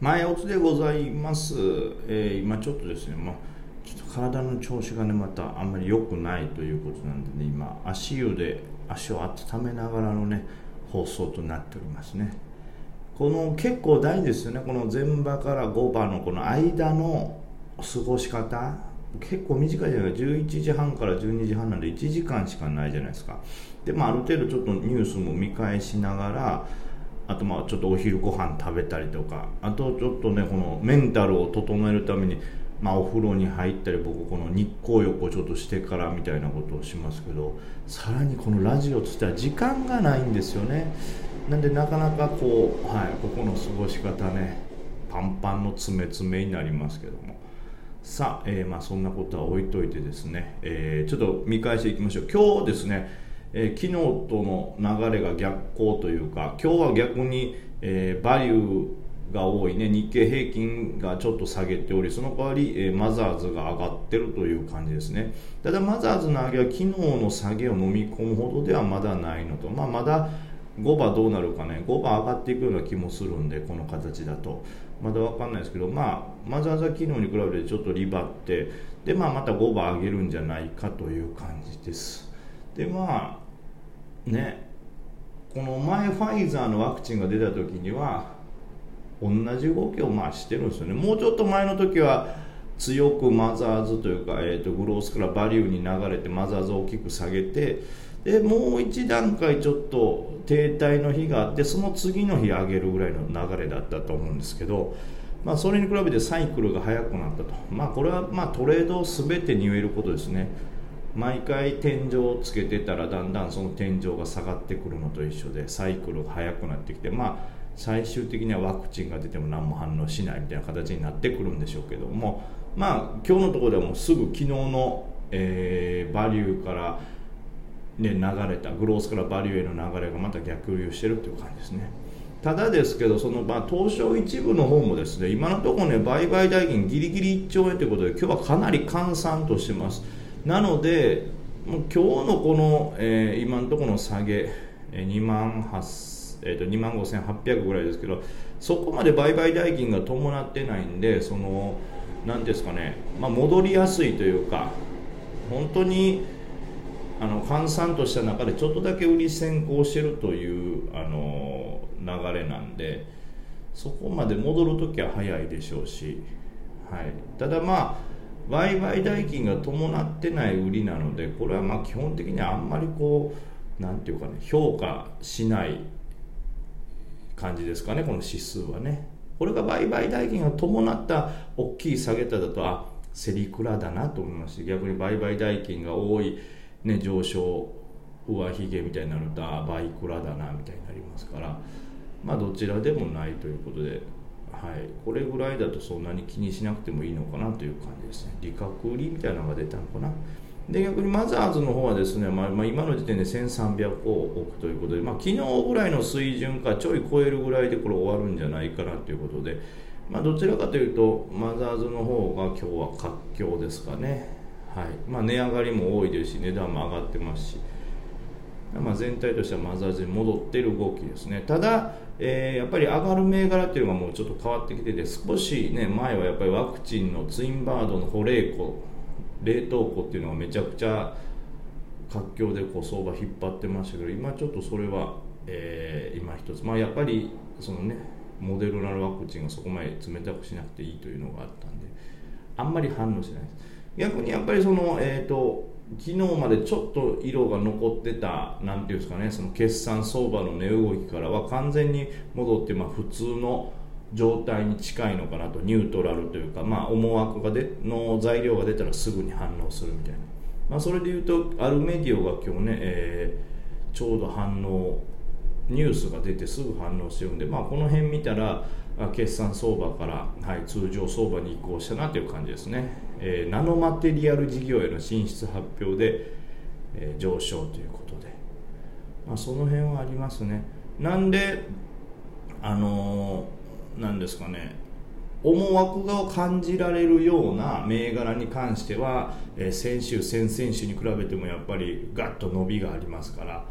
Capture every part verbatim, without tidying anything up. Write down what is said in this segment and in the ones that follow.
前おつでございます、えー、今ちょっとですね、まあ、ちょっと体の調子がねまたあんまり良くないということなんでね、今足湯で足を温めながらのね放送となっておりますね。この結構大事ですよね、この前場から後場のこの間の過ごし方結構短いじゃないか。じゅういちじはんからじゅうにじはんなんでいちじかんしかないじゃないですか。で、まあ、ある程度ちょっとニュースも見返しながら、あとまあちょっとお昼ご飯食べたりとか、あとちょっとねこのメンタルを整えるために、まあ、お風呂に入ったり、僕この日光浴をちょっとしてからみたいなことをしますけど、さらにこのラジオとしては時間がないんですよね。なんでなかなかこう、はい、ここの過ごし方ねパンパンの詰め詰めになりますけども、さあ、えー、まあそんなことは置いといてですね、えー、ちょっと見返していきましょう。今日ですね、えー、昨日との流れが逆行というか、今日は逆に、えー、バリューが多いね、日経平均がちょっと下げており、その代わり、えー、マザーズが上がってるという感じですね。ただマザーズの上げは昨日の下げを飲み込むほどではまだないのと、まあ、まだごばどうなるかね、ごば上がっていくような気もするんで、この形だとまだ分かんないですけど、まあマザーズは昨日に比べてちょっとリバってで、まあ、またごば上げるんじゃないかという感じです。で、まあね、この前ファイザーのワクチンが出た時には同じ動きをまあしてるんですよね。もうちょっと前の時は強くマザーズというか、えーとグロースからバリューに流れてマザーズを大きく下げて、でもう一段階ちょっと停滞の日があって、その次の日上げるぐらいの流れだったと思うんですけど、まあ、それに比べてサイクルが速くなったと、まあ、これはまあトレードを全てに言えることですね。毎回天井をつけてたらだんだんその天井が下がってくるのと一緒で、サイクルが速くなってきて、まあ最終的にはワクチンが出ても何も反応しないみたいな形になってくるんでしょうけども、まあ今日のところではもうすぐ昨日の、えー、バリューから、ね、流れたグロースからバリューへの流れがまた逆流してるという感じですね。ただですけど、そのまあ東証一部の方もですね、今のところね売買代金ギリギリいっちょうえんということで、今日はかなり閑散としてます。なのでもう今日のこの、えー、今のところの下げ、えー、にまんはっえー、とにまんごせんはっぴゃくぐらいですけど、そこまで売買代金が伴ってないんで、その何ですかね、まあ、戻りやすいというか、本当にあの閑散とした中でちょっとだけ売り先行してるというあの流れなんで、そこまで戻るときは早いでしょうし、はい、ただまあ売買代金が伴ってない売りなので、これはまあ基本的にはあんまりこうなんていうかね、評価しない感じですかね、この指数はね。これが売買代金が伴った大きい下げ方だと、あ、セリクラだなと思いまして、逆に売買代金が多い、ね、上昇上髭みたいになるとバイクラだなみたいになりますから、まあどちらでもないということで、はい、これぐらいだとそんなに気にしなくてもいいのかなという感じですね。利確売りみたいなのが出たのかな。で、逆にマザーズの方はですね、まあ、まあ今の時点でせんさんびゃくを置くということで、まあ、昨日ぐらいの水準かちょい超えるぐらいでこれ終わるんじゃないかなということで、まあ、どちらかというとマザーズの方が今日は活況ですかね。はい、まあ、値上がりも多いですし、値段も上がってますし、まあ、全体としてはマザーズに戻っている動きですね。ただ、えー、やっぱり上がる銘柄っていうのがもうちょっと変わってきてて、少しね前はやっぱりワクチンのツインバードの保冷庫、冷凍庫っていうのがめちゃくちゃ活況でこう相場引っ張ってましたけど、今ちょっとそれは、えー、今一つ、まあ、やっぱりそのねモデルナのワクチンがそこまで冷たくしなくていいというのがあったんで、あんまり反応しないです。逆にやっぱりその、えーと昨日までちょっと色が残ってた、なんていうんですかね、その決算相場の値動きからは完全に戻って、まあ普通の状態に近いのかなと、ニュートラルというか、まあ思惑がでの材料が出たらすぐに反応するみたいな、まあ、それでいうとあるメディアが今日ね、えー、ちょうど反応ニュースが出てすぐ反応してるんで、まあこの辺見たら決算相場から、はい、通常相場に移行したなという感じですね。えー、ナノマテリアル事業への進出発表で、えー、上昇ということで、まあ、その辺はありますね。なんであのー、なんですかね、思惑が感じられるような銘柄に関しては、えー、先週先々週に比べてもやっぱりガッと伸びがありますから、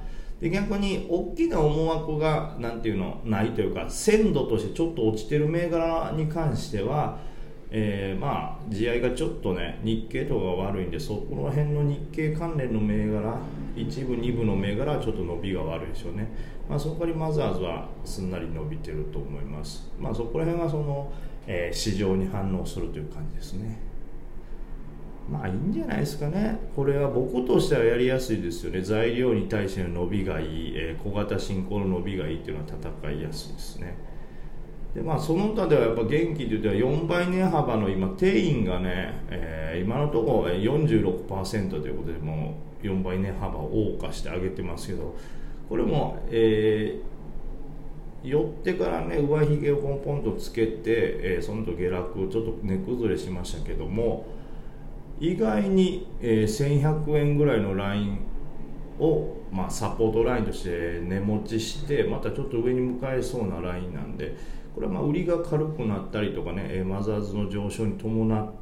で逆に大きな思惑がなんていうのないというか、鮮度としてちょっと落ちてる銘柄に関しては、えー、まあ地合いがちょっとね日経とかが悪いんで、そこら辺の日経関連の銘柄一部二部の銘柄はちょっと伸びが悪いでしょうね。まあ、そこにマザーズはすんなり伸びてると思います。まあ、そこら辺はその、えー、市場に反応するという感じですね。まあいいんじゃないですかね。これは僕としてはやりやすいですよね。材料に対しての伸びがいい、えー、小型新興の伸びがいいっていうのは戦いやすいですね。でまあその他ではやっぱ元気というとよんばい値幅の今定員がね、えー、今のところ よんじゅうろくパーセント ということでもうよんばい値幅を謳歌して上げてますけど、これも、えー、寄ってからね上髭をポンポンとつけて、えー、その後下落ちょっと値崩れしましたけども、意外に、えー、せんひゃくえんぐらいのラインを、まあ、サポートラインとして値持ちして、またちょっと上に向かえそうなラインなんで、これはまあ売りが軽くなったりとかね、えー、マザーズの上昇に伴って、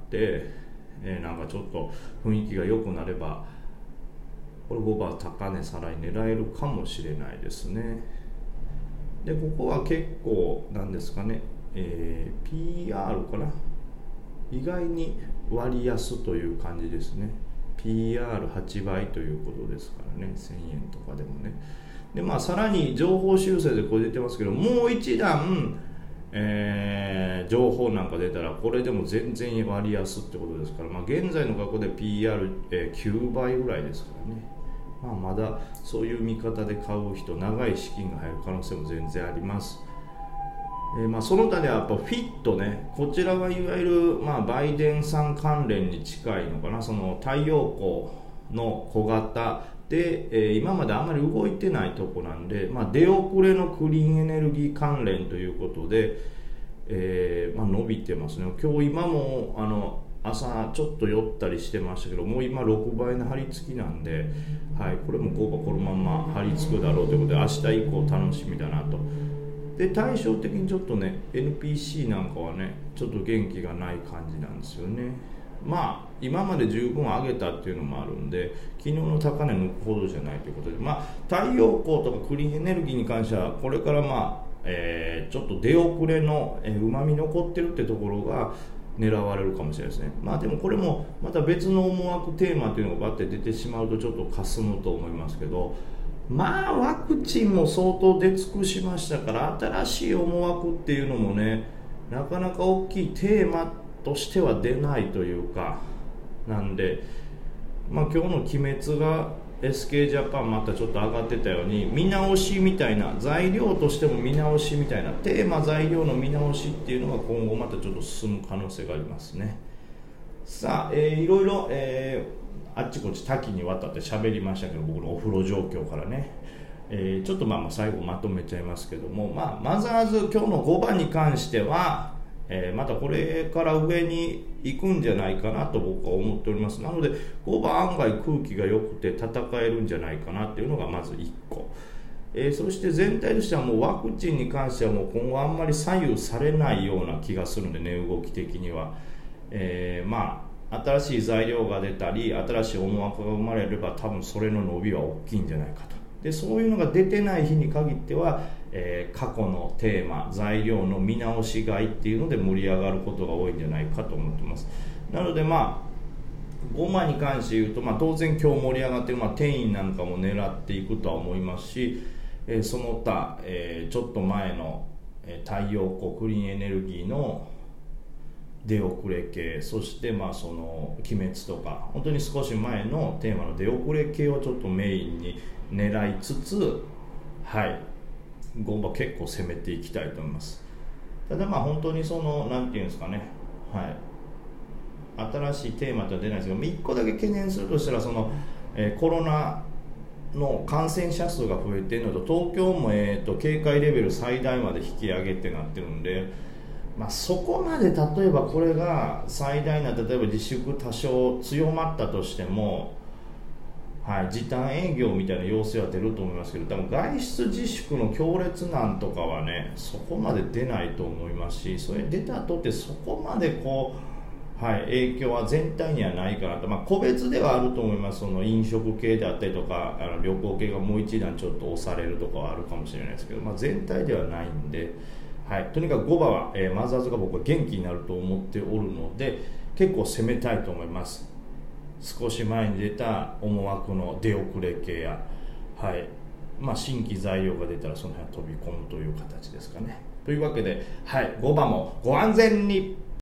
えー、なんかちょっと雰囲気が良くなれば、これごば高値さらに狙えるかもしれないですね。でここは結構なんですかね、えー、ピーアール かな、意外に割安という感じですね。 ピーアールはち 倍ということですからね、せんえんとかでもね。でまあさらに情報修正でこれ出てますけど、もう一段、えー、情報なんか出たらこれでも全然割安ってことですから、まあ、現在の価格で ピーアール、えー、きゅうばいぐらいですからね。まあ、まだそういう見方で買う人、長い資金が入る可能性も全然あります。えーまあ、その他ではやっぱフィットね、こちらはいわゆる、まあ、バイデンさん関連に近いのかな、その太陽光の小型で、えー、今まであまり動いてないとこなんで、まあ、出遅れのクリーンエネルギー関連ということで、えーまあ、伸びてますね。今日今もあの朝ちょっと寄ったりしてましたけど、もう今ろくばいの張り付きなんで、はい、これもこうこのまま張り付くだろうということで、明日以降楽しみだなと。で対照的にちょっとね エヌピーシー なんかはねちょっと元気がない感じなんですよね。まあ今まで十分上げたっていうのもあるんで、昨日の高値抜くほどじゃないということで、まあ太陽光とかクリーンエネルギーに関してはこれからまあ、えー、ちょっと出遅れのうまみ残ってるってところが狙われるかもしれないですね。まあでもこれもまた別の思惑テーマっていうのがバッて出てしまうとちょっと霞むと思いますけど、まあワクチンも相当出尽くしましたから、新しい思惑っていうのもねなかなか大きいテーマとしては出ないというかなんで、まあ今日の鬼滅が エスケー ジャパンまたちょっと上がってたように見直しみたいな、材料としても見直しみたいな、テーマ材料の見直しっていうのが今後またちょっと進む可能性がありますね。さあ、えー、いろいろ、えー、あっちこっち多岐にわたって喋りましたけど、僕のお風呂状況からね、えー、ちょっとまあまあ最後まとめちゃいますけども、まあ、マザーズ今日のごばに関しては、えー、またこれから上に行くんじゃないかなと僕は思っております。なのでごば案外空気が良くて戦えるんじゃないかなっていうのがまずいっこ、えー、そして全体としてはもうワクチンに関してはもう今後あんまり左右されないような気がするんでね、動き的には、えー、まあ新しい材料が出たり新しい思惑が生まれれば多分それの伸びは大きいんじゃないかと。でそういうのが出てない日に限っては、えー、過去のテーマ材料の見直し買いっていうので盛り上がることが多いんじゃないかと思ってます。なのでまあごまに関して言うと、まあ、当然今日盛り上がってる、まあ、店員なんかも狙っていくとは思いますし、えー、その他、えー、ちょっと前の、えー、太陽光クリーンエネルギーの出遅れ系、そしてまあその鬼滅とか本当に少し前のテーマの出遅れ系をちょっとメインに狙いつつ、はいごば結構攻めていきたいと思います。ただまあ本当にそのなんていうんですかね、はい新しいテーマとは出ないですけど、いっこだけ懸念するとしたらその、えー、コロナの感染者数が増えているのと、東京も、えー、と警戒レベル最大まで引き上げってなってるんで、まあ、そこまで例えばこれが最大な例えば自粛多少強まったとしても、はい、時短営業みたいな要請は出ると思いますけど、多分外出自粛の強烈なんとかはねそこまで出ないと思いますし、それ出たとってそこまでこうはい、影響は全体にはないかなと、まあ、個別ではあると思います。その飲食系であったりとか、あの旅行系がもう一段ちょっと押されるとかはあるかもしれないですけど、まあ、全体ではないんで、はい、とにかくごばは、えー、マザーズが僕は元気になると思っておるので、結構攻めたいと思います。少し前に出た思惑の出遅れ系や、はい、まあ、新規材料が出たらその辺飛び込むという形ですかね。というわけで、はい、ごばもご安全に。